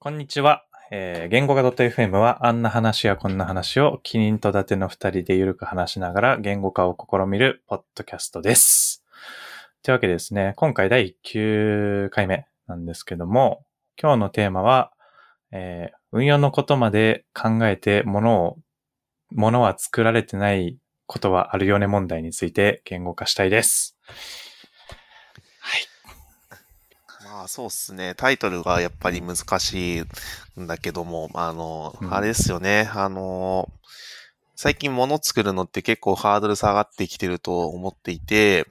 こんにちは。言語化 .fm はあんな話やこんな話をキリンと伊達の二人でゆるく話しながら言語化を試みるポッドキャストです。というわけでですね、今回第9回目なんですけども、今日のテーマは、運用のことまで考えてものは作られてないことはあるよね問題について言語化したいです。はい。 まあそうっすね。タイトルがやっぱり難しいんだけども、あれですよね。最近物作るのって結構ハードル下がってきてると思っていて、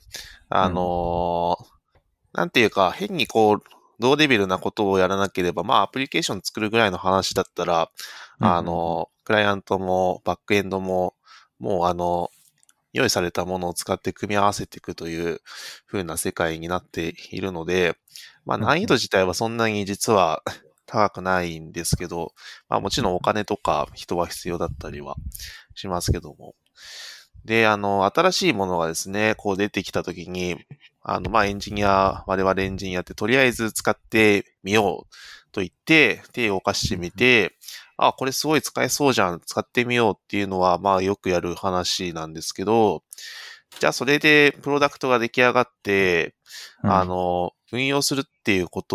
なんていうか変に同レベルなことをやらなければ、まあアプリケーション作るぐらいの話だったら、クライアントもバックエンドも、もう用意されたものを使って組み合わせていくという風な世界になっているので、まあ難易度自体はそんなに実は高くないんですけど、まあもちろんお金とか人は必要だったりはしますけども。で、新しいものがですね、出てきたときに、まあ我々エンジニアってとりあえず使ってみようと言って手を動かしてみて、これすごい使えそうじゃん、使ってみようっていうのは、まあよくやる話なんですけど、じゃあそれでプロダクトが出来上がって、運用するっていうことって、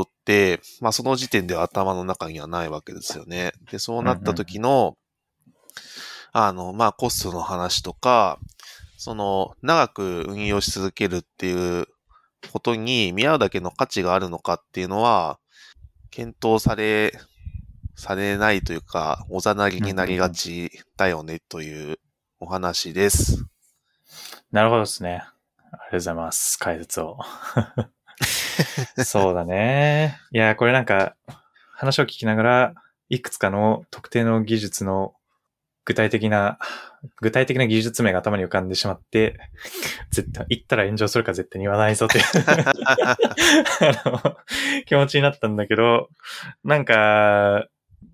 まあその時点では頭の中にはないわけですよね。で、そうなった時の、まあコストの話とか、長く運用し続けるっていうことに見合うだけの価値があるのかっていうのは、検討されないというか、おざなりになりがちだよねというお話です。 なるほどですね。ありがとうございます。解説を。そうだね。いや、これなんか、話を聞きながら、いくつかの特定の技術の具体的な技術名が頭に浮かんでしまって、絶対、言ったら炎上するから絶対に言わないぞという気持ちになったんだけど、なんか、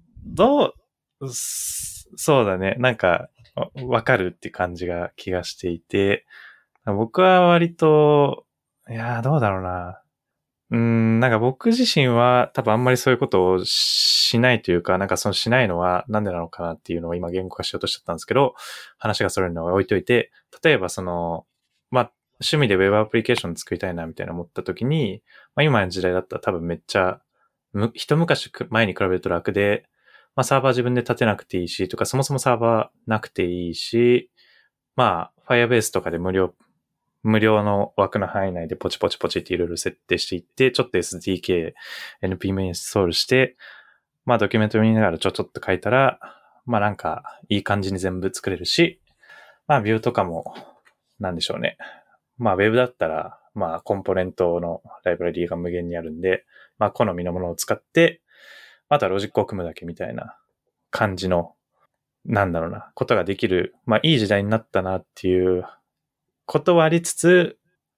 そうだね。なんか、わかるって感じが気がしていて、僕は割と、いやーどうだろうな。なんか僕自身は多分あんまりそういうことをしないというか、なんかそのしないのはなんでなのかなっていうのを今言語化しようとしちゃったんですけど、話がそれるのは置いといて、例えばまあ、趣味でウェブアプリケーション作りたいなみたいな思った時に、まあ今の時代だったら多分めっちゃ、一昔前に比べると楽で、まあサーバー自分で立てなくていいし、とかそもそもサーバーなくていいし、まあ Firebase とかで無料の枠の範囲内でポチポチポチっていろいろ設定していって、ちょっと SDK、NPM インストールして、まあドキュメント見ながらちょっと書いたら、まあなんかいい感じに全部作れるし、まあビューとかも、なんでしょうね。まあ Web だったら、まあコンポーネントのライブラリーが無限にあるんで、まあ好みのものを使って、あとはロジックを組むだけみたいな感じの、なんだろうな、ことができる、まあいい時代になったなっていうことはありつつ、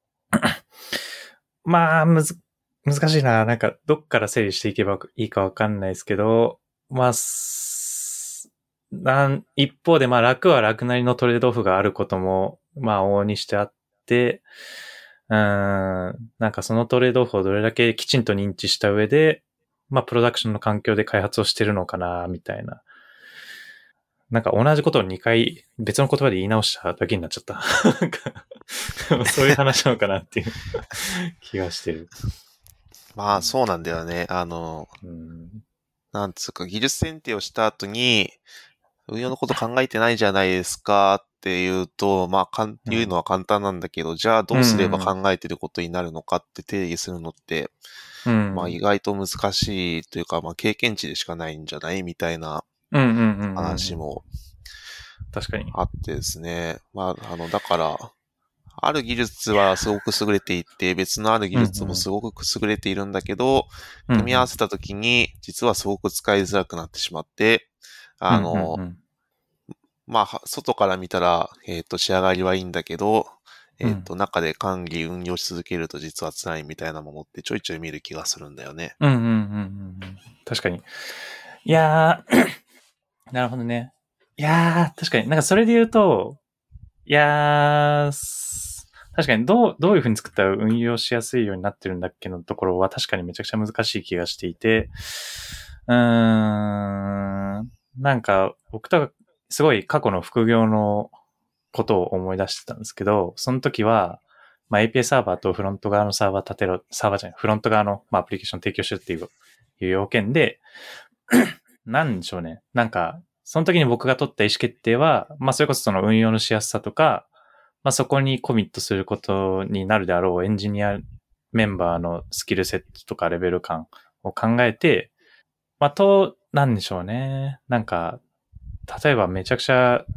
まあ、難しいな。なんか、どっから整理していけばいいかわかんないですけど、まあ、一方で、まあ、楽は楽なりのトレードオフがあることも、まあ、往々にしてあって、なんかそのトレードオフをどれだけきちんと認知した上で、まあ、プロダクションの環境で開発をしてるのかな、みたいな。なんか同じことを2回別の言葉で言い直しただけになっちゃった。なんかそういう話なのかなっていう気がしてる。 まあそうなんだよね。なんつうか、技術選定をした後に、運用のこと考えてないじゃないですかっていうと、まあ、言うのは簡単なんだけど、じゃあどうすれば考えてることになるのかって定義するのって、まあ意外と難しいというか、まあ経験値でしかないんじゃないみたいな話も確かにあってですね。まあ、だから、ある技術はすごく優れていて、別のある技術もすごく優れているんだけど、組み合わせたときに、実はすごく使いづらくなってしまって、まあ、外から見たら、仕上がりはいいんだけど、中で管理、運用し続けると実は辛いみたいなものってちょいちょい見る気がするんだよね。 確かに。いやー、なるほどね。いやー、確かに。なんかそれで言うと、いやー、確かにどういう風に作ったら運用しやすいようになってるんだっけのところは確かにめちゃくちゃ難しい気がしていて、 なんか、僕とか、すごい過去の副業のことを思い出してたんですけど、その時は、まあ、API サーバーとフロント側のサーバー立てろ、サーバーじゃない、フロント側の、まあ、アプリケーション提供してるっていう要件で、なんでしょうね。なんか、その時に僕が取った意思決定は、まあ、それこそその運用のしやすさとか、まあ、そこにコミットすることになるであろうエンジニアメンバーのスキルセットとかレベル感を考えて、まあ、なんでしょうね。なんか、例えばめちゃくちゃ、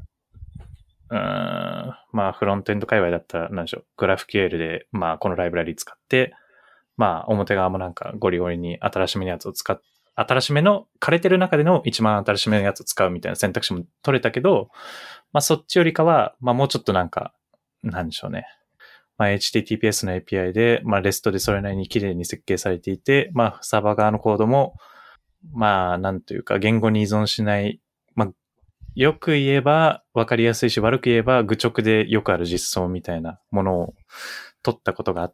まあ、フロントエンド界隈だったら、なんでしょう、グラフ QL で、まあ、このライブラリ使って、まあ、表側もなんかゴリゴリに新しめのやつを新しめの、枯れてる中での一番新しめのやつを使うみたいな選択肢も取れたけど、まあ、そっちよりかは、まあ、もうちょっとなんか、なんでしょうね。まあ、HTTPS の API で、まあ、REST でそれなりに綺麗に設計されていて、まあ、サーバー側のコードも、まあ、なんというか、言語に依存しない、まあ、よく言えば分かりやすいし、悪く言えば愚直でよくある実装みたいなものを取ったことがあって、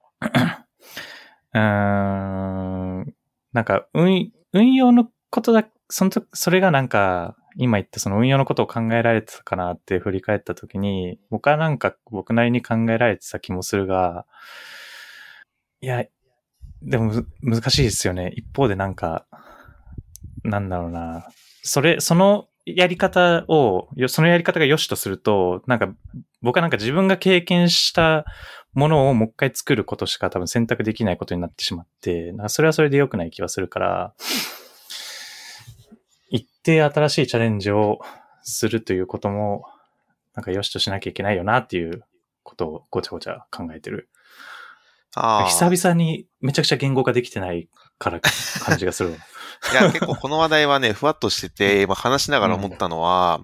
なんか運用のことだ、それがなんか、今言ったその運用のことを考えられてたかなって振り返ったときに、僕はなんか僕なりに考えられてた気もするが、いや、でも難しいですよね。一方でなんか、なんだろうな。そのやり方が良しとすると、なんか、僕はなんか自分が経験したものをもう一回作ることしか多分選択できないことになってしまって、なんかそれはそれで良くない気はするから、一定新しいチャレンジをするということも、なんか良しとしなきゃいけないよなっていうことをごちゃごちゃ考えてる。久々にめちゃくちゃ言語化できてないから感じがする。 いや、結構この話題はね、ふわっとしてて、今話しながら思ったのは、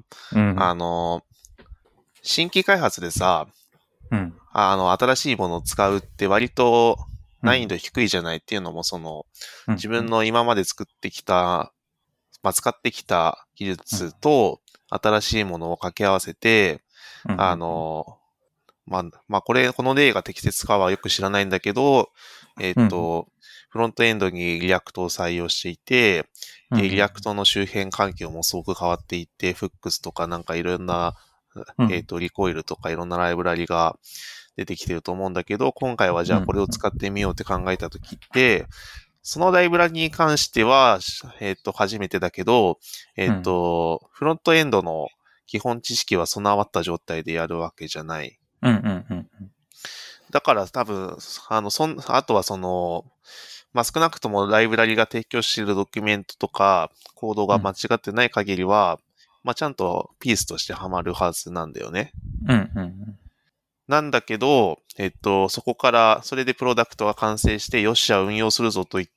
新規開発でさ、新しいものを使うって割と難易度低いじゃないっていうのも、自分の今まで使ってきた技術と新しいものを掛け合わせて、この例が適切かはよく知らないんだけど、フロントエンドにリアクトを採用していて、で、リアクトの周辺環境もすごく変わっていって、フックスとかなんかいろんな、リコイルとかいろんなライブラリが出てきてると思うんだけど、今回はじゃあこれを使ってみようって考えたときって、そのライブラリに関しては、初めてだけど、フロントエンドの基本知識は備わった状態でやるわけじゃない。だから多分、あとは少なくともライブラリが提供しているドキュメントとか、コードが間違ってない限りは、ちゃんとピースとしてはまるはずなんだよね。なんだけど、そこから、それでプロダクトが完成して、よっしゃ、運用するぞと言って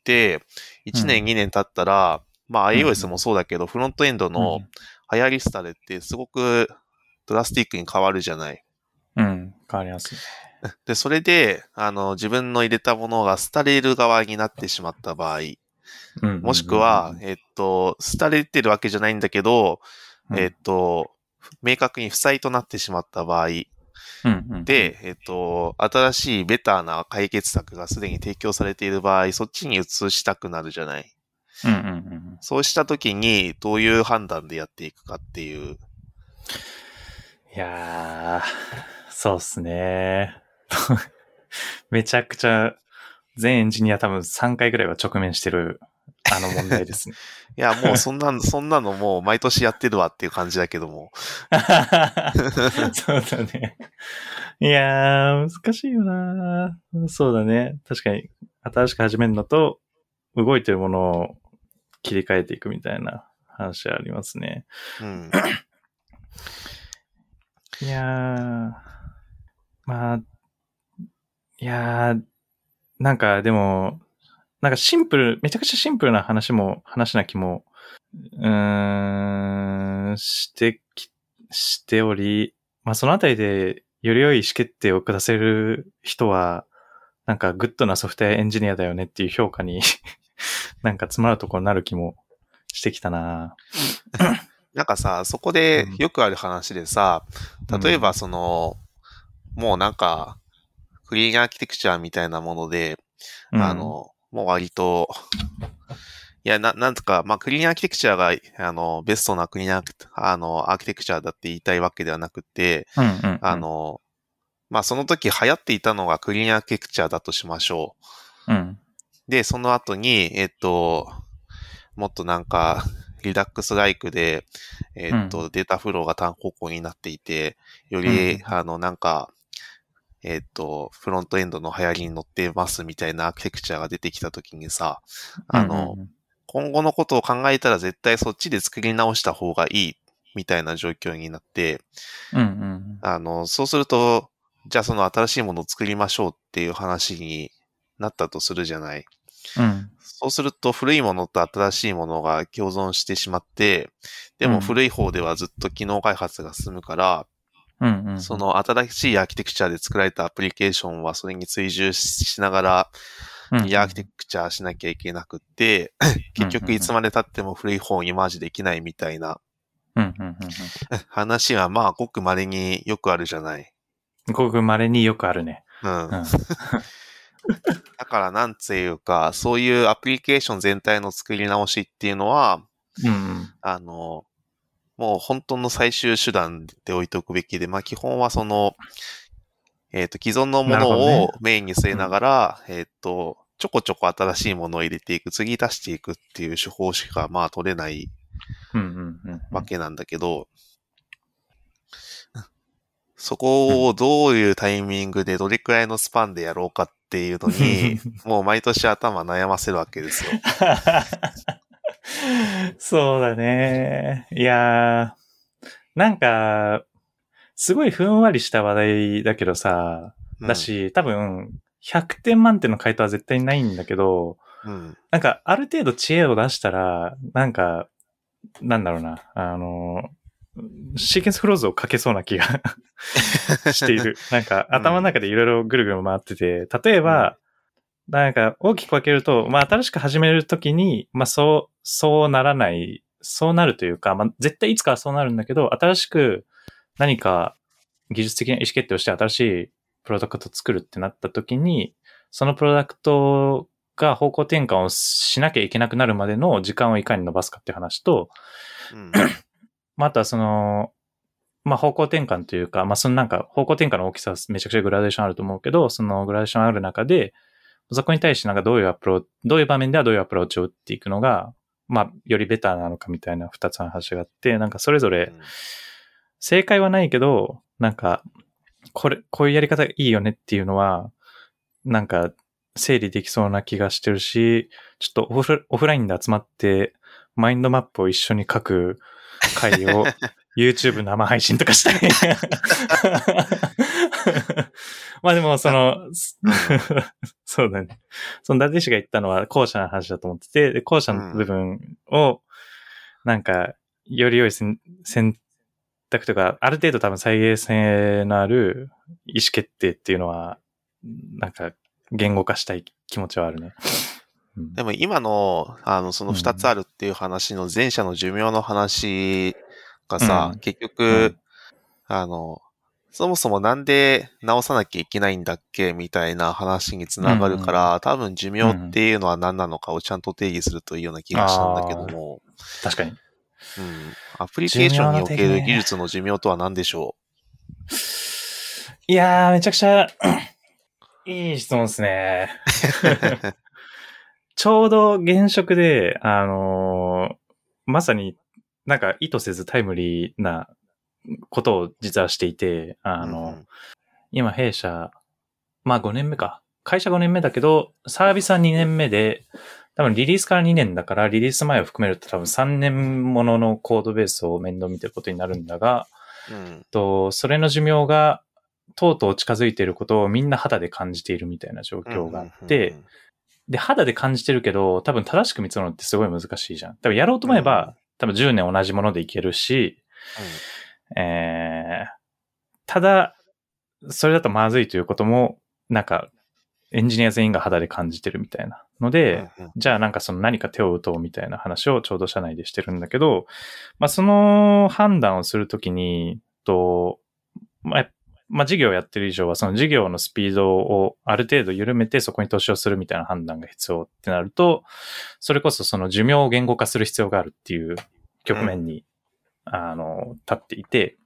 、1年、2年経ったら、iOS もそうだけど、フロントエンドの流行り廃れってすごくドラスティックに変わるじゃない。 変わりますね。 で、それで、自分の入れたものが廃れる側になってしまった場合、もしくは、廃れてるわけじゃないんだけど、明確に負債となってしまった場合、で、新しいベターな解決策がすでに提供されている場合、そっちに移したくなるじゃない。そうしたときに、どういう判断でやっていくかっていう。 いやー、そうっすね。めちゃくちゃ、全エンジニア多分3回ぐらいは直面してる、問題ですね。 いや、もうそんなのもう毎年やってるわっていう感じだけども。 そうだね。いやー、難しいよな。そうだね。確かに、新しく始めるのと、動いてるものを切り替えていくみたいな話ありますね。いやー、なんかでも、なんかめちゃくちゃシンプルな話な気も、しており、そのあたりでより良い意思決定を下せる人は、なんかグッドなソフトウェアエンジニアだよねっていう評価になんか詰まるところになる気もしてきたな。 なんかさ、そこでよくある話でさ、例えばもうなんか、クリーンアーキテクチャみたいなもので、もう割と、 や、なんとか、まあ、クリーンアーキテクチャが、ベストなクリーンアーキテクチャだって言いたいわけではなくて、 うんうんうん。 まあ、その時流行っていたのがクリーンアーキテクチャだとしましょうん。 う。で、その後に、もっとなんか、リダックスライクで、 うん。 データフローが単方向になっていて、ようんうり、 んなんか、フロントエンドの流行りに乗ってますみたいなアーキテクチャが出てきた時にさ、 うんうん今後のことを考えたら絶対そっちで作り直した方がいいみたいな状況になって、 うんうんそうすると、じゃあその新しいものを作りましょうっていう話になったとするじゃない。 うん。 そうすると古いものと新しいものが共存してしまって、でもうん古い方ではずっと機能開発が進むから、 うんうんその新しいアーキテクチャで作られたアプリケーションはそれに追従しながら、 うんリアーキテクチャしなきゃいけなくって、結局いつまで経っても古い方にマージできないみたいなうんうん話はまあごく稀によくあるじゃない。 ごく稀によくあるね。 うん。 うん。 だからなんつうか、そういうアプリケーション全体の作り直しっていうのは、 うんもう本当の最終手段で置いておくべきで、まあ基本はその、既存のものなるほどね。 をメインに据えながら、ちょこちょこ新しいものを入れていく、継ぎ足していくっていう手法しかまあ取れないわけなんだけど、そこをどういうタイミングでどれくらいのスパンでやろうかっていうのに、もう毎年頭悩ませるわけですよ。 そうだね。いやー、なんか、すごいふんわりした話題だけどさ、 うん。 だし、多分、100点満点の回答は絶対ないんだけど、 うん。 なんか、ある程度知恵を出したら、なんか、なんだろうな、シーケンスフローズをかけそうな気がしている。なんか、頭の中でいろいろぐるぐる回ってて、例えば、なんか、大きく分けると、まあ、新しく始めるときに、まあ、そうならない、そうなるというか、まあ、絶対いつかはそうなるんだけど、新しく何か技術的な意思決定をして新しいプロダクトを作るってなったときに、そのプロダクトが方向転換をしなきゃいけなくなるまでの時間をいかに伸ばすかっていう話と、まあ、あとはその、まあ、方向転換というか、まあ、そのなんか方向転換の大きさはめちゃくちゃグラデーションあると思うけど、そのグラデーションある中で、そこに対してなんかどういう場面ではどういうアプローチを打っていくのが、まあ、よりベターなのかみたいな二つの話があって、なんかそれぞれ、正解はないけど、なんか、こういうやり方いいよねっていうのは、なんか、整理できそうな気がしてるし、ちょっとオフラインで集まって、マインドマップを一緒に書く会を YouTube 生配信とかしたい。まあでも、そうだね。その伊達氏が言ったのは後者の話だと思ってて、で後者の部分を、なんか、より良い選択というか、ある程度多分再現性のある意思決定っていうのは、なんか、言語化したい気持ちはあるね。 でも今の、その二つあるっていう話の前者の寿命の話がさ、結局、そもそもなんで直さなきゃいけないんだっけみたいな話につながるから、多分寿命っていうのは何なのかをちゃんと定義するといいような気がしたんだけども。 確かに。 アプリケーションにおける技術の寿命とは何でしょう？ いやー、めちゃくちゃいい質問ですね。ちょうど現職で、まさになんか意図せずタイムリーなことを実はしていて、今弊社、まあ5年目か。会社5年目だけど、サービスは2年目で、多分リリースから2年だから、リリース前を含めると多分3年もののコードベースを面倒見てることになるんだが、それの寿命がとうとう近づいていることをみんな肌で感じているみたいな状況があって、で、肌で感じてるけど、多分正しく見積もるのってすごい難しいじゃん。多分やろうと思えば、多分10年同じものでいけるし、ただ、それだとまずいということも、なんか、エンジニア全員が肌で感じてるみたいなので、じゃあなんかその何か手を打とうみたいな話をちょうど社内でしてるんだけど、まあその判断をするときに、まあ、 まあ事業をやってる以上は、その事業のスピードをある程度緩めてそこに投資をするみたいな判断が必要ってなると、それこそその寿命を言語化する必要があるっていう局面に、立っていて、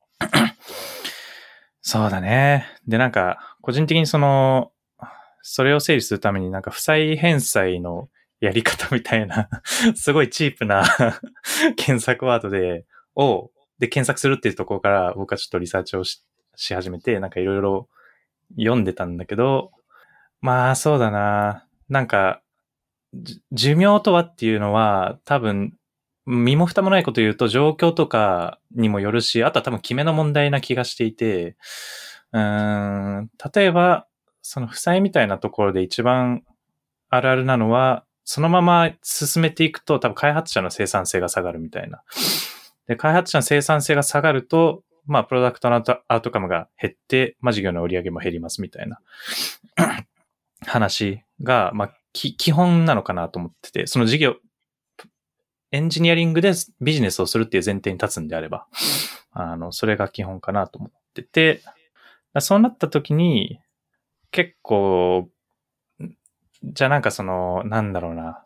そうだね。で、なんか、個人的にそれを整理するためになんか負債返済のやり方みたいな、すごいチープな検索ワードで検索するっていうところから僕はちょっとリサーチをし始めて、なんかいろいろ読んでたんだけど、まあそうだな。なんか、寿命とはっていうのは多分、身も蓋もないこと言うと状況とかにもよるし、あとは多分決めの問題な気がしていて、例えば、その負債みたいなところで一番あるあるなのは、そのまま進めていくと多分開発者の生産性が下がるみたいな。で、開発者の生産性が下がると、まあ、プロダクトのアウトカムが減って、まあ、事業の売り上げも減りますみたいな話が、まあ、基本なのかなと思ってて、その事業、エンジニアリングでビジネスをするっていう前提に立つんであれば、それが基本かなと思ってて、そうなった時に、結構、じゃあなんかなんだろうな、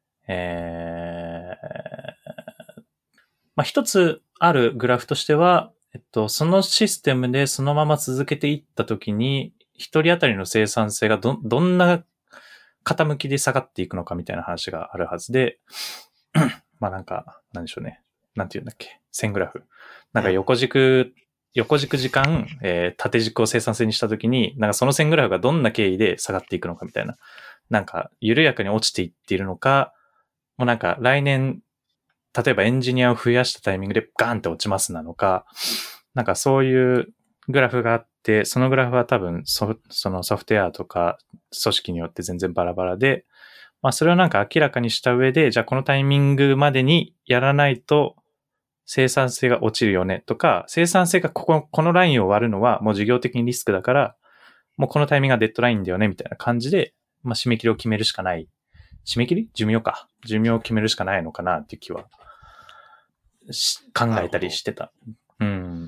まあ、一つあるグラフとしては、そのシステムでそのまま続けていったときに、一人当たりの生産性がどんな傾きで下がっていくのかみたいな話があるはずで、まあなんか、なんでしょうね。なんて言うんだっけ。線グラフ。なんか横軸時間、縦軸を生産性にしたときに、なんかその線グラフがどんな経緯で下がっていくのかみたいな。なんか、緩やかに落ちていっているのか、もうなんか来年、例えばエンジニアを増やしたタイミングでガーンって落ちますなのか、なんかそういうグラフがあって、そのグラフは多分そのソフトウェアとか組織によって全然バラバラで、まあそれをなんか明らかにした上で、じゃあこのタイミングまでにやらないと生産性が落ちるよねとか、生産性がこのラインを割るのはもう事業的にリスクだから、もうこのタイミングがデッドラインだよねみたいな感じで、まあ締め切りを決めるしかない。締め切り？寿命か。寿命を決めるしかないのかなっていう気は考えたりしてた。うん。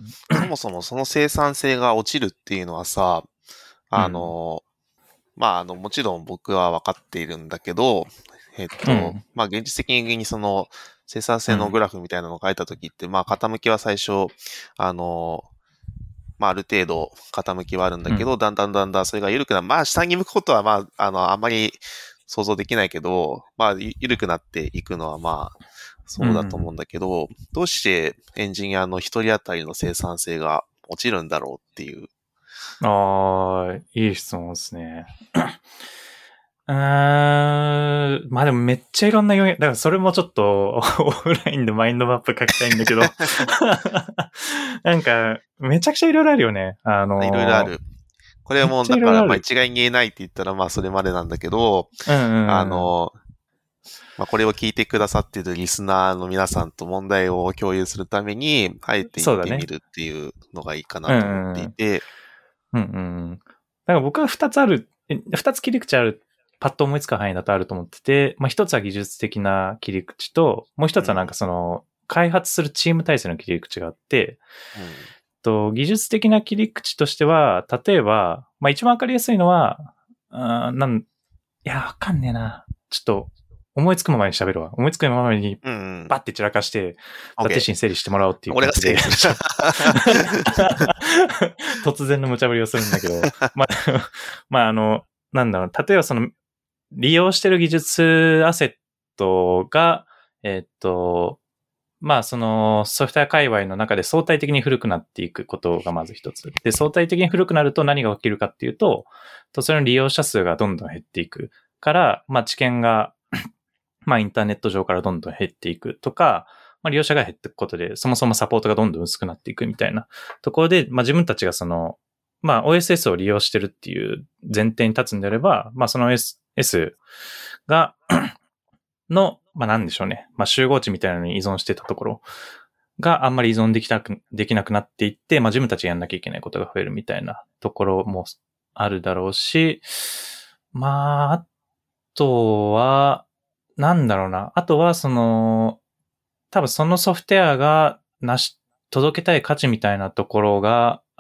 そもそもその生産性が落ちるっていうのはさ、まあ、もちろん僕は分かっているんだけど、まあ、現実的にその生産性のグラフみたいなのを書いたときって、まあ、傾きは最初、まあ、ある程度傾きはあるんだけど、だんだんそれが緩くなる。まあ、下に向くことは、まあ、あんまり想像できないけど、まあ、緩くなっていくのは、まあ、そうだと思うんだけど、どうしてエンジニアの一人当たりの生産性が落ちるんだろうっていう。 いい質問ですね。まあでもめっちゃいろんな要因、だからそれもちょっとオフラインでマインドマップ書きたいんだけど、なんかめちゃくちゃいろいろあるよね。 いろいろある。これもだから、まあ一概に言えないって言ったらまあそれまでなんだけど、まあこれを聞いてくださっているリスナーの皆さんと問題を共有するために、あえて言ってみるっていうのがいいかなと思っていて。 だから僕は二つ切り口ある、パッと思いつく範囲だとあると思ってて、まあ一つは技術的な切り口と、もう一つはなんか開発するチーム体制の切り口があって、技術的な切り口としては、例えば、まあ一番わかりやすいのは、いや、わかんねえな。ちょっと、思いつくままに喋るわ。思いつくままに、バッて散らかして、伊達氏に整理してもらおうっていう感じで。突然の無茶ぶりをするんだけど、まあ、なんだろう、例えば利用してる技術アセットが、まあ、ソフトウェア界隈の中で相対的に古くなっていくことがまず一つ。で、相対的に古くなると何が起きるかっていうと、それの利用者数がどんどん減っていくから、まあ、知見が、まあ、インターネット上からどんどん減っていくとか、まあ、利用者が減っていくことで、そもそもサポートがどんどん薄くなっていくみたいなところで、まあ、自分たちがまあ、OSS を利用してるっていう前提に立つんであれば、まあ、その OSS が、まあ、なんでしょうね。まあ、集合値みたいなのに依存してたところがあんまり依存できなくなっていって、まあ、自分たちがやんなきゃいけないことが増えるみたいなところもあるだろうし、まあ、あとは、なんだろうな。あとは、多分そのソフトウェアが届けたい価値みたいなところが、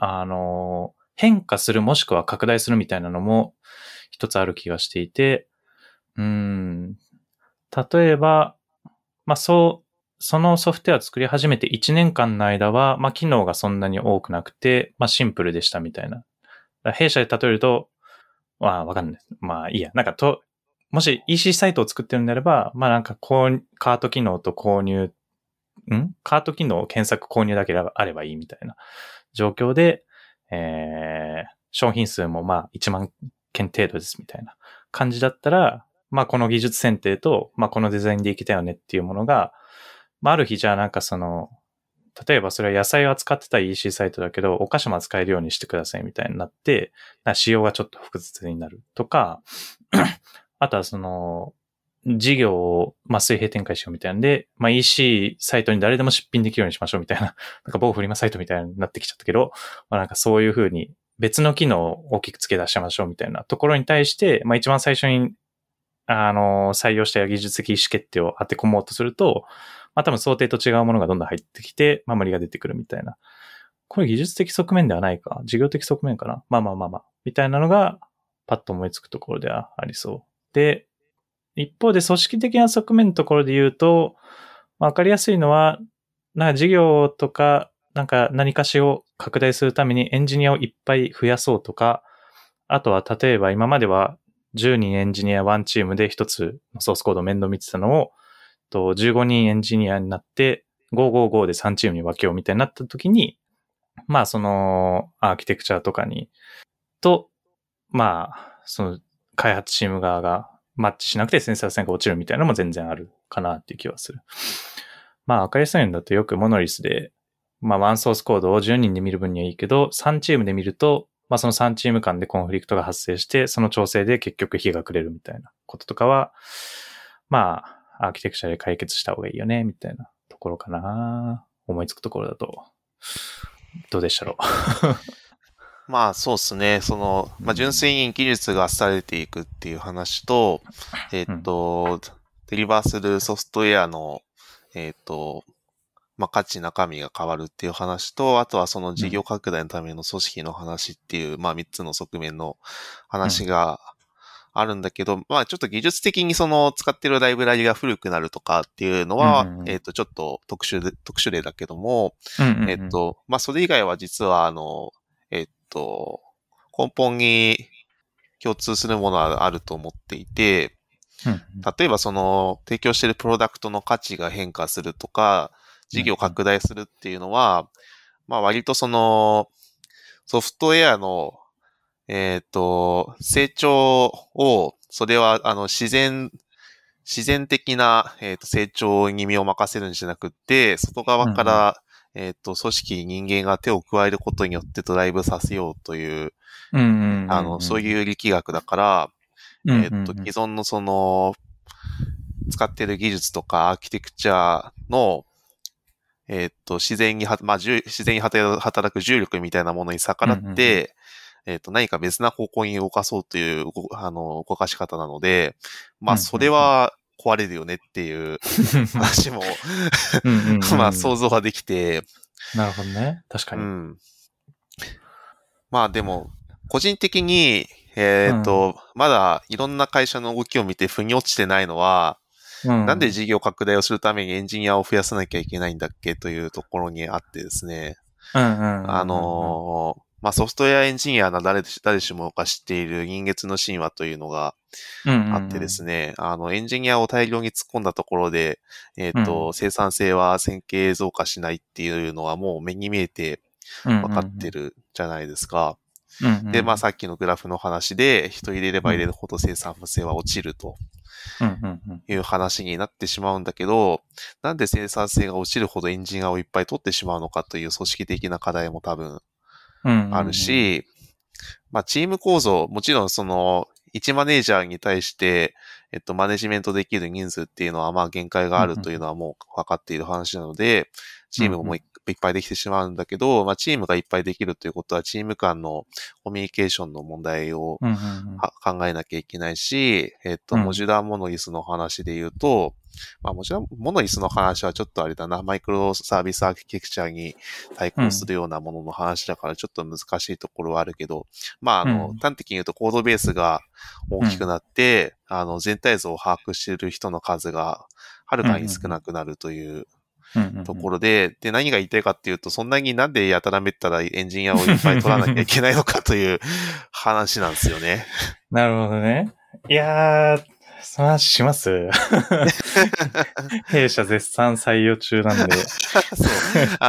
変化するもしくは拡大するみたいなのも一つある気がしていて、例えば、そのソフトウェア作り始めて1年間の間は、機能がそんなに多くなくて、シンプルでしたみたいな。弊社で例えると、わかんない。いいや。もし EC サイトを作ってるんであれば、カート機能とカート機能検索購入だけあればいいみたいな状況で、商品数も1万件程度ですみたいな感じだったら、この技術選定と、このデザインでいけたよねっていうものが、ある日じゃあ例えばそれは野菜を扱ってた EC サイトだけど、お菓子も扱えるようにしてくださいみたいになって、仕様がちょっと複雑になるとか、あとは事業を水平展開しようみたいなんで、EC サイトに誰でも出品できるようにしましょうみたいな、某フリマサイトみたいになってきちゃったけど、そういう風に別の機能を大きく付け出しましょうみたいなところに対して、一番最初に採用した技術的意思決定を当て込もうとすると、多分想定と違うものがどんどん入ってきて、無理が出てくるみたいな。これ技術的側面ではないか。事業的側面かな。みたいなのが、パッと思いつくところではありそう。で、一方で組織的な側面のところで言うと、わかりやすいのは、事業とか、何かしを拡大するためにエンジニアをいっぱい増やそうとか、あとは例えば今までは10人エンジニア1チームで一つのソースコードを面倒見てたのを、15人エンジニアになって、555で3チームに分けようみたいになった時に、アーキテクチャとかと、開発チーム側がマッチしなくてセンサー線が落ちるみたいなのも全然あるかなっていう気はする。わかりやすいんだとよくモノリスで、ワンソースコードを10人で見る分にはいいけど、3チームで見ると、その3チーム間でコンフリクトが発生して、その調整で結局日が暮れるみたいなこととかは、アーキテクチャで解決した方がいいよね、みたいなところかな。思いつくところだと。どうでしたろう。 そうですね。純粋に技術がされていくっていう話と、デリバーするソフトウェアの、価値中身が変わるっていう話と、あとはその事業拡大のための組織の話っていう、3つの側面の話があるんだけど、ちょっと技術的に使ってるライブラリが古くなるとかっていうのは、ちょっと特殊例だけども、それ以外は実は根本に共通するものはあると思っていて、例えば提供しているプロダクトの価値が変化するとか、事業拡大するっていうのは、割とソフトウェアの、成長を、それは、自然的な、成長に身を任せるんじゃなくって、外側から、組織、人間が手を加えることによってドライブさせようという、そういう力学だから、既存の使っている技術とかアーキテクチャの、自然に働く重力みたいなものに逆らって、何か別な方向に動かそうという動かし方なので、それは壊れるよねっていう話も想像ができて。 なるほどね。確かに。 でも、個人的に、まだいろんな会社の動きを見て腑に落ちてないのは、なんで事業拡大をするためにエンジニアを増やさなきゃいけないんだっけというところにあってですね。ソフトウェアエンジニアな誰しもが知っている人月の神話というのがあってですね、エンジニアを大量に突っ込んだところで、生産性は線形増加しないっていうのはもう目に見えて分かってるじゃないですか。で、さっきのグラフの話で人入れれば入れるほど生産性は落ちるという話になってしまうんだけど、なんで生産性が落ちるほどエンジニアをいっぱい取ってしまうのかという組織的な課題も多分あるし、チーム構造、もちろん1マネージャーに対して、マネジメントできる人数っていうのは限界があるというのはもう分かっている話なので、チームもいっぱいできてしまうんだけど、まあチームがいっぱいできるということはチーム間のコミュニケーションの問題をうんうん考えなきゃいけないし、 うん。 モジュラーモノリスの話で言うと、まあもちろんモノリスの話はちょっとあれだな、マイクロサービスアーキテクチャに対抗するようなものの話だからちょっと難しいところはあるけど、まあ端的に言うとコードベースが大きくなって、全体像を把握している人の数がはるかに少なくなるというところで、で、何が言いたいかっていうと、そんなになんでやたらめったらエンジニアをいっぱい取らなきゃいけないのかという話なんですよね。 なるほどね。いやー、その話します弊社絶賛採用中なんで。 そう。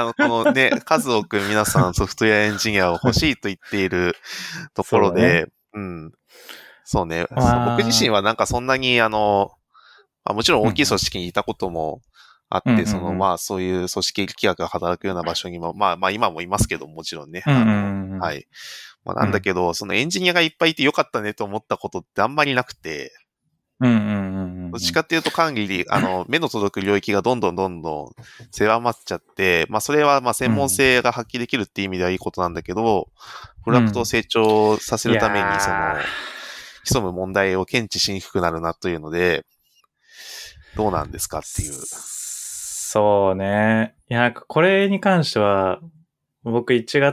このね、数多く皆さんソフトウェアエンジニアを欲しいと言っているところで、うん。そうね。僕自身はなんかそんなにもちろん大きい組織にいたこともあって、まあそういう組織企画が働くような場所にも、まあ今もいますけど、もちろんね。はい。まあなんだけど、そのエンジニアがいっぱいいてよかったねと思ったことってあんまりなくて、どっちかっていうと管理で、目の届く領域がどんどん狭まっちゃって、まあそれはまあ専門性が発揮できるっていう意味ではいいことなんだけど、プロダクトを成長させるために、潜む問題を検知しにくくなるなというので、どうなんですかっていう。 そうね。いや、これに関しては、僕今年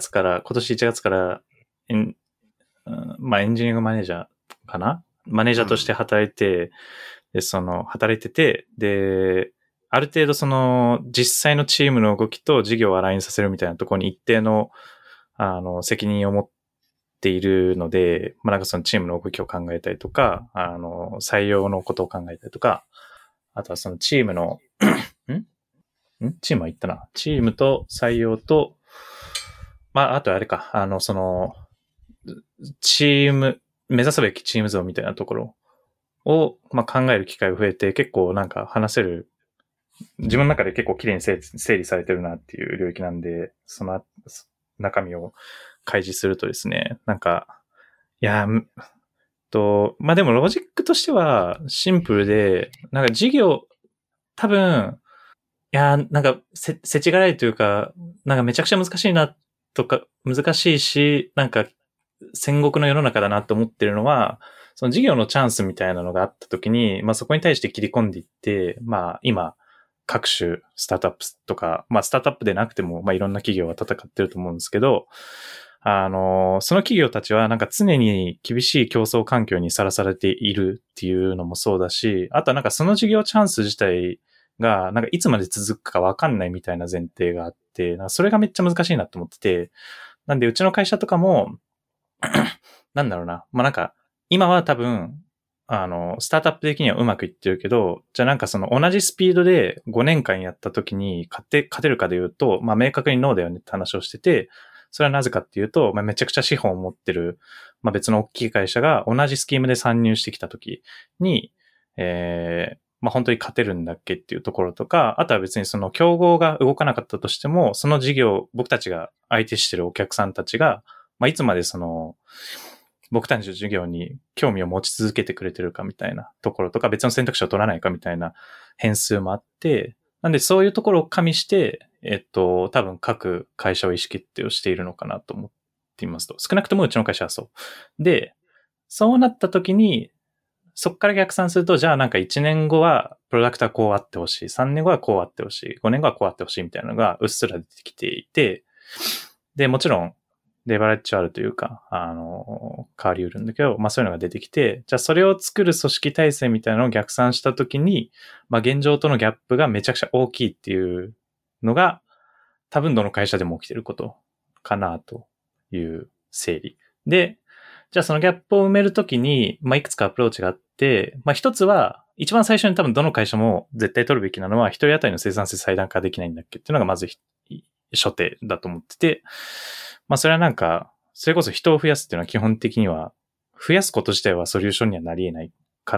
1月から、まあエンジニアリングマネージャーかなマネージャーとして働いて、で、働いてて、で、ある程度実際のチームの動きと事業をアラインさせるみたいなところに一定の、責任を持っているので、まあ、なんかそのチームの動きを考えたりとか、採用のことを考えたりとか、あとはそのチームのチームは言ったな。チームと採用と、まあ、あとあれか、目指すべきチーム像みたいなところを、まあ、考える機会が増えて、結構なんか話せる、自分の中で結構綺麗に整理されてるなっていう領域なんで、その中身を開示するとですね、なんか、いや、まあ、でもロジックとしてはシンプルで、なんか事業、多分、いやー、なんか、せちがらいというか、なんかめちゃくちゃ難しいな、とか、難しいし、なんか、戦国の世の中だなと思ってるのは、その事業のチャンスみたいなのがあった時に、まあそこに対して切り込んでいって、まあ今、各種スタートアップとか、まあスタートアップでなくても、まあいろんな企業は戦ってると思うんですけど、その企業たちはなんか常に厳しい競争環境にさらされているっていうのもそうだし、あとはなんかその事業チャンス自体が、なんかいつまで続くかわかんないみたいな前提があって、それがめっちゃ難しいなと思ってて、なんでうちの会社とかも、なんだろうな。まあ、なんか、今は多分、スタートアップ的にはうまくいってるけど、じゃあなんかその同じスピードで5年間やった時に勝てるかで言うと、まあ明確にノーだよねって話をしてて、それはなぜかっていうと、まあめちゃくちゃ資本を持ってる、まあ別の大きい会社が同じスキームで参入してきた時に、まあ本当に勝てるんだっけっていうところとか、あとは別にその競合が動かなかったとしても、その事業、僕たちが相手してるお客さんたちが、まあいつまで僕たちの授業に興味を持ち続けてくれてるかみたいなところとか、別の選択肢を取らないかみたいな変数もあって、なんでそういうところを加味して、多分各会社を意思決定をしているのかなと思っていますと。少なくともうちの会社はそう。で、そうなった時に、そこから逆算すると、じゃあなんか1年後はプロダクトはこうあってほしい。3年後はこうあってほしい。5年後はこうあってほしいみたいなのがうっすら出てきていて、で、もちろん、レバレッジあるというか、変わりうるんだけど、まあそういうのが出てきて、じゃあそれを作る組織体制みたいなのを逆算したときに、まあ現状とのギャップがめちゃくちゃ大きいっていうのが、多分どの会社でも起きてることかなという整理。で、じゃあそのギャップを埋めるときに、まあいくつかアプローチがあって、まあ一つは、一番最初に多分どの会社も絶対取るべきなのは、一人当たりの生産性最大化できないんだっけっていうのがまず初手だと思ってて、まあそれはなんか、それこそ人を増やすっていうのは基本的には、増やすこと自体はソリューションにはなり得ないから、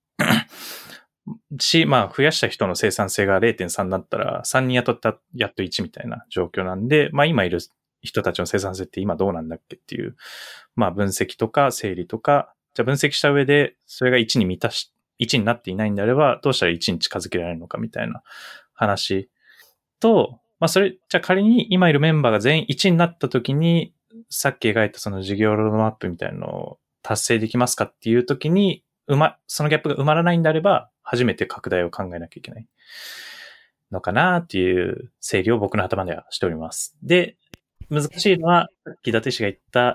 まあ増やした人の生産性が 0.3 だったら、3人雇ったやっと1みたいな状況なんで、まあ今いる人たちの生産性って今どうなんだっけっていう、まあ分析とか整理とか、じゃあ分析した上で、それが1になっていないんであれば、どうしたら1に近づけられるのかみたいな話と、 まあじゃあ仮に今いるメンバーが全員1になった時に、さっき描いたその事業ロードマップみたいなのを達成できますかっていう時に、そのギャップが埋まらないんであれば、初めて拡大を考えなきゃいけないのかなっていう整理を僕の頭ではしております。で、難しいのは、さっき伊達氏が言った、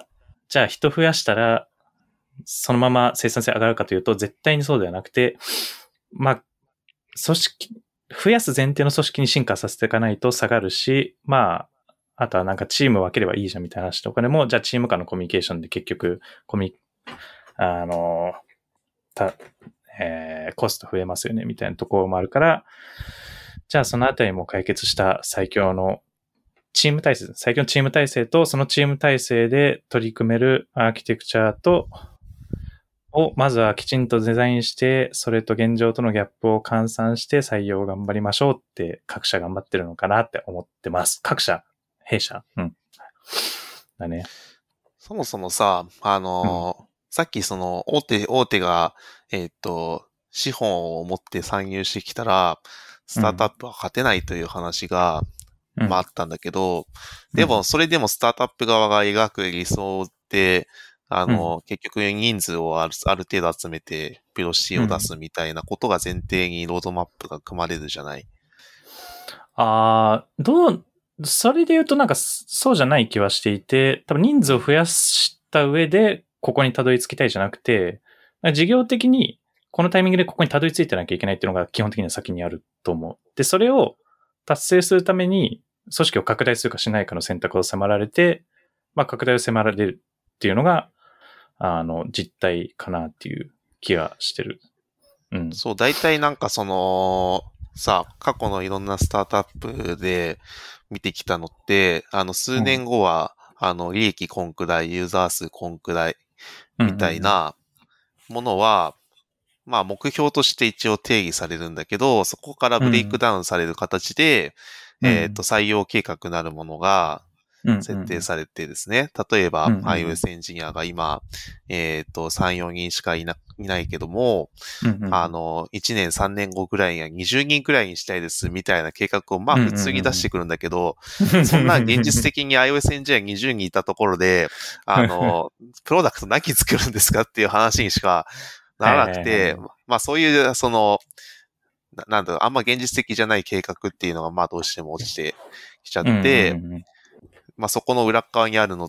じゃあ人増やしたら、そのまま生産性上がるかというと、絶対にそうではなくて、まあ、組織、増やす前提の組織に進化させていかないと下がるし、まあ、あとはなんかチーム分ければいいじゃんみたいな話とかでも、じゃあチーム間のコミュニケーションで結局、コスト増えますよねみたいなところもあるから、じゃあそのあたりも解決した最強のチーム体制と、そのチーム体制で取り組めるアーキテクチャをまずはきちんとデザインして、それと現状とのギャップを換算して採用を頑張りましょうって各社頑張ってるのかなって思ってます。各社、弊社。うん。だね。 そもそもさ、さっきその大手が、資本を持って参入してきたら、スタートアップは勝てないという話が、あったんだけど、でもそれでもスタートアップ側が描く理想って、結局人数をある程度集めて、ピロシーを出すみたいなことが前提にロードマップが組まれるじゃない。 それで言うとなんかそうじゃない気はしていて、多分人数を増やした上でここにたどり着きたいじゃなくて、事業的にこのタイミングでここにたどり着いてなきゃいけないっていうのが基本的には先にあると思う。で、それを達成するために組織を拡大するかしないかの選択を迫られて、まあ拡大を迫られるっていうのが、実態かなっていう気がしてる。うん。 そう、大体なんかさ、過去のいろんなスタートアップで見てきたのって、数年後は、利益こんくらい、ユーザー数こんくらい、みたいなものは、まあ目標として一応定義されるんだけど、そこからブレイクダウンされる形で、採用計画なるものが設定されてですね。例えば、iOS エンジニアが今、3、4人しかいないけども、1年、3年後ぐらいには20人くらいにしたいです、みたいな計画を、まあ普通に出してくるんだけど、そんな現実的に iOS エンジニア20人いたところで、プロダクト何作るんですかっていう話にしかならなくて、まあそういう、なんだろう、あんま現実的じゃない計画っていうのが、まあどうしても落ちてきちゃって、まあそこの裏側にあるのって、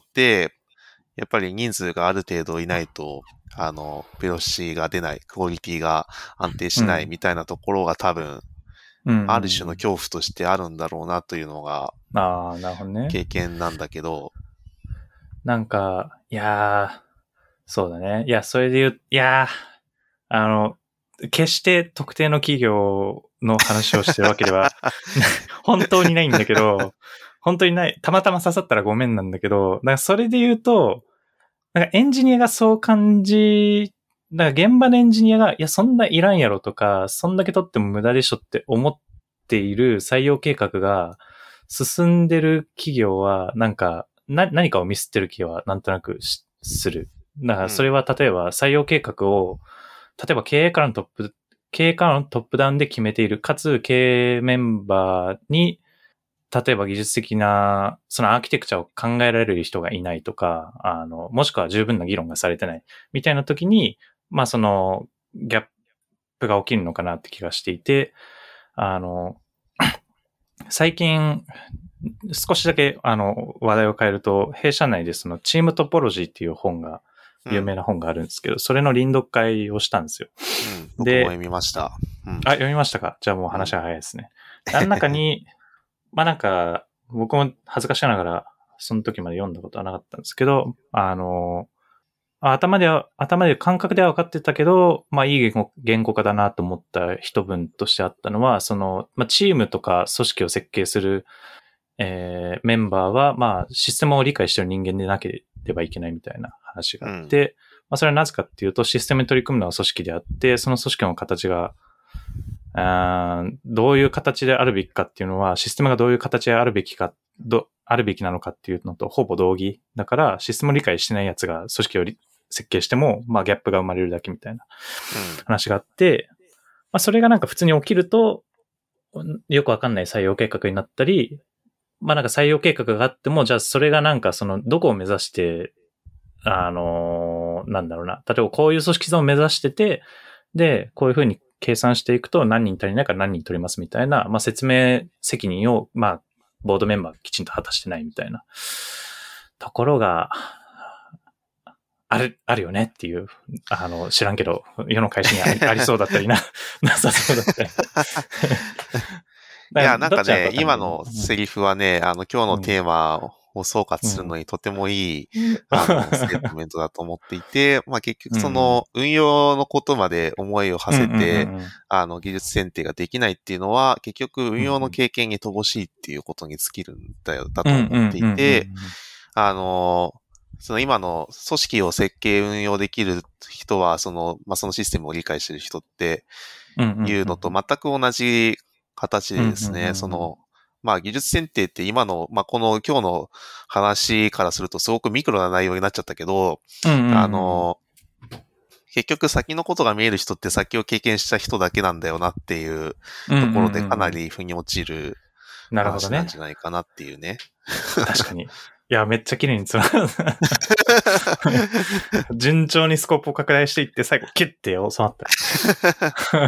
やっぱり人数がある程度いないと、ベロシティが出ない、クオリティが安定しないみたいなところが多分、ある種の恐怖としてあるんだろうなというのが、 なるほどね。 経験なんだけど。 なんか、そうだね。いや、それで言う、決して特定の企業の話をしてるわけでは、本当にないんだけど、本当にない。たまたま刺さったらごめんなんだけど、なんかそれで言うと、なんかエンジニアがそうなんか現場のエンジニアが、いや、そんないらんやろとか、そんだけ取っても無駄でしょって思っている採用計画が進んでる企業は、なんか、何かをミスってる気はなんとなくする。だからそれは例えば採用計画を、例えば経営からのトップダウンで決めている、かつ経営メンバーに、例えば技術的な、そのアーキテクチャを考えられる人がいないとか、もしくは十分な議論がされてない、みたいな時に、まあその、ギャップが起きるのかなって気がしていて、最近、少しだけ、話題を変えると、弊社内でその、チームトポロジーっていう本が、有名な本があるんですけど、それの臨読会をしたんですよ。 僕も読みました。 読みましたか？じゃあもう話は早いですね。あの中に、まあなんか、僕も恥ずかしながら、その時まで読んだことはなかったんですけど、頭で感覚では分かってたけど、まあいい言語化だなと思った一文としてあったのは、まあチームとか組織を設計する、メンバーは、まあシステムを理解している人間でなければいけないみたいな話があって、まあそれはなぜかっていうと、システムに取り組むのは組織であって、その組織の形が、どういう形であるべきかっていうのは、システムがどういう形であるべきなのかっていうのとほぼ同義。だから、システムを理解してないやつが組織を設計しても、まあギャップが生まれるだけみたいな話があって、まあそれがなんか普通に起きると、よくわかんない採用計画になったり、 まあなんか採用計画があっても、じゃあそれがなんかその、どこを目指して、なんだろうな。例えばこういう組織図を目指してて、で、こういうふうに計算していくと何人足りないから何人取りますみたいな、まあ説明責任を、まあ、ボードメンバーがきちんと果たしてないみたいなところが、あるよねっていう、知らんけど、世の会社にありそうだったりな、なさそうだったり。 いや、なんどっちなのかかね、 わかんないけどね。 今のセリフはね、今日のテーマを総括するのにとてもいい、ステートメントだと思っていて、まあ結局その運用のことまで思いを馳せて、技術選定ができないっていうのは、結局運用の経験に乏しいっていうことに尽きるんだと思っていて、その今の組織を設計運用できる人は、そのシステムを理解している人っていうのと全く同じ形でですね、まあ技術選定って今の、まあこの今日の話からするとすごくミクロな内容になっちゃったけど、結局先のことが見える人って先を経験した人だけなんだよなっていうところでかなり腑に落ちる話なんじゃないかなっていうね。 確かに。いや、めっちゃ綺麗につながる。順調にスコープを拡大していって、最後、キュッて収まった。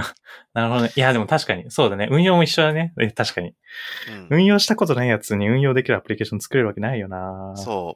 なるほどね。いや、でも確かに、そうだね。運用も一緒だね。確かに。運用したことないやつに運用できるアプリケーション作れるわけないよな。 そう。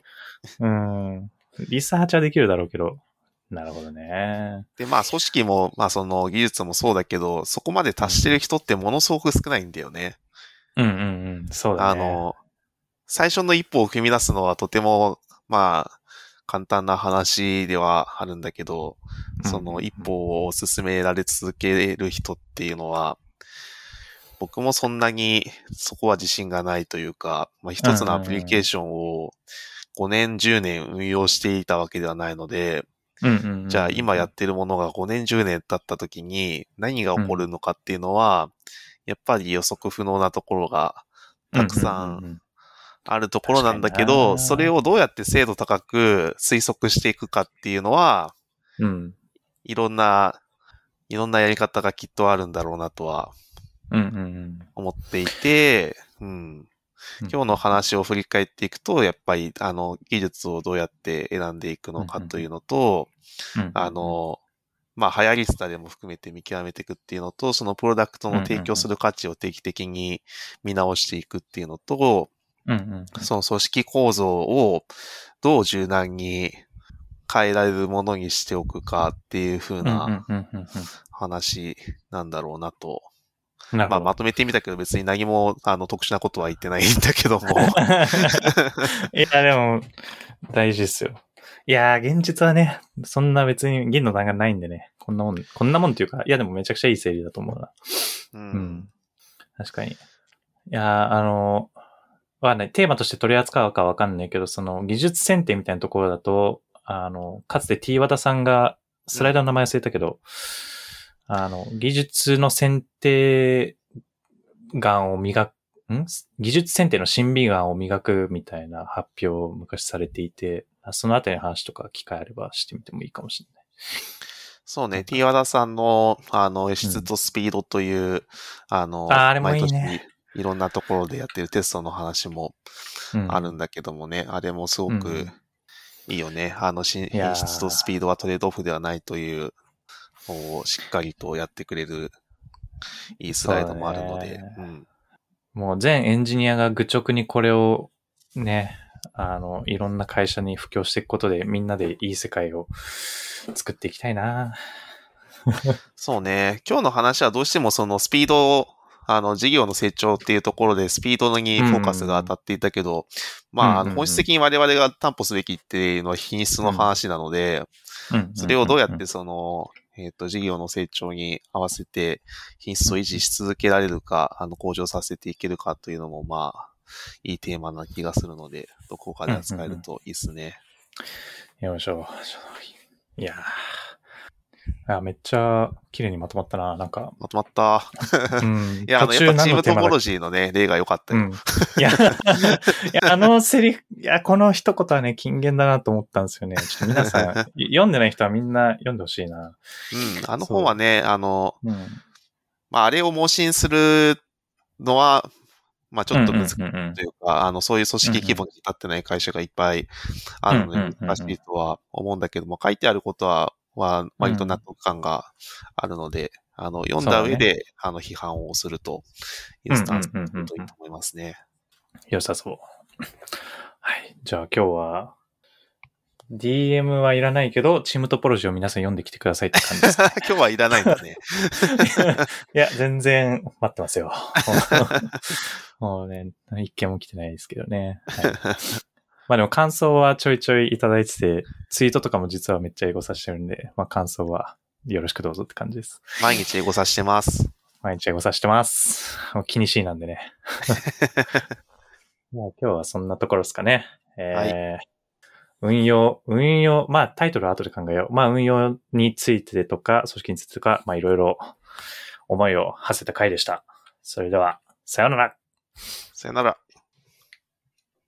リサーチはできるだろうけど。なるほどね。 で、まあ、組織も、まあ、その技術もそうだけど、そこまで達してる人ってものすごく少ないんだよね。 そうだね。 最初の一歩を踏み出すのはとても、まあ、簡単な話ではあるんだけど、その一歩を進められ続ける人っていうのは、僕もそんなにそこは自信がないというか、まあ、一つのアプリケーションを5年、10年運用していたわけではないので、じゃあ今やってるものが5年、10年経った時に何が起こるのかっていうのは、やっぱり予測不能なところがたくさんあるところなんだけど、それをどうやって精度高く推測していくかっていうのは、いろんなやり方がきっとあるんだろうなとは思っていて、今日の話を振り返っていくと、やっぱり、技術をどうやって選んでいくのかというのと、まあ、ハイアリスタでも含めて見極めていくっていうのと、そのプロダクトの提供する価値を定期的に見直していくっていうのと、その組織構造をどう柔軟に変えられるものにしておくかっていう風な話なんだろうなと。まあ、まとめてみたけど別に何も特殊なことは言ってないんだけども。 いや、でも、大事ですよ。いやー、現実はね、そんな別に銀の弾がないんでね、こんなもんっていうか、いやでもめちゃくちゃいい整理だと思うな。確かに。いやー、わかんない。テーマとして取り扱うかわかんないけど、その技術選定みたいなところだと、かつて T 和田さんが、スライダーの名前忘れたけど、技術の選定眼を磨く、技術選定の審美眼を磨くみたいな発表を昔されていて、そのあたりの話とか機会あればしてみてもいいかもしれない。 そうね、T 和田さんの、質とスピードという、 あれもいいね。 毎年いろんなところでやってるテストの話もあるんだけどもね、あれもすごくいいよね。品質とスピードはトレードオフではないというのをしっかりとやってくれるいいスライドもあるので。 もう全エンジニアが愚直にこれをね、いろんな会社に布教していくことでみんなでいい世界を作っていきたいな。 そうね。今日の話はどうしてもそのスピード事業の成長っていうところでスピードにフォーカスが当たっていたけど、まあ、本質的に我々が担保すべきっていうのは品質の話なので、それをどうやってその、事業の成長に合わせて品質を維持し続けられるか、向上させていけるかというのも、まあ、いいテーマな気がするので、どこかで扱えるといいですね。 よいしょ。いやめっちゃ綺麗にまとまったな、なんか。 まとまった。いや、やっぱチームトポロジーのね、例が良かったよ。 いや、セリフ、いや、この一言はね、金言だなと思ったんですよね。ちょっと皆さん、読んでない人はみんな読んでほしいな。 本はね、まあ、あれを盲信するのは、 まあちょっと難しいというか、そういう組織規模に至ってない会社がいっぱいあるので難しいとは思うんだけども、書いてあることは割と納得感があるので、読んだ上で、批判をするというスタンスだといいと思いますね。 良さそう。はい。じゃあ今日は、DM はいらないけど、チームトポロジーを皆さん読んできてくださいって感じです、ね。 今日はいらないんだね。 いや、全然待ってますよ。もうね、一件も来てないですけどね。はい、まあでも感想はちょいちょいいただいてて、ツイートとかも実はめっちゃ英語させてるんで、まあ感想はよろしくどうぞって感じです。 毎日英語させてます。 毎日英語させてます。もう気にしいなんでね。もう今日はそんなところですかね。 はい、 運用、まあタイトルは後で考えよう。まあ運用についてとか、組織についてとか、まあいろいろ思いを馳せた回でした。それでは、さようなら。 さよなら。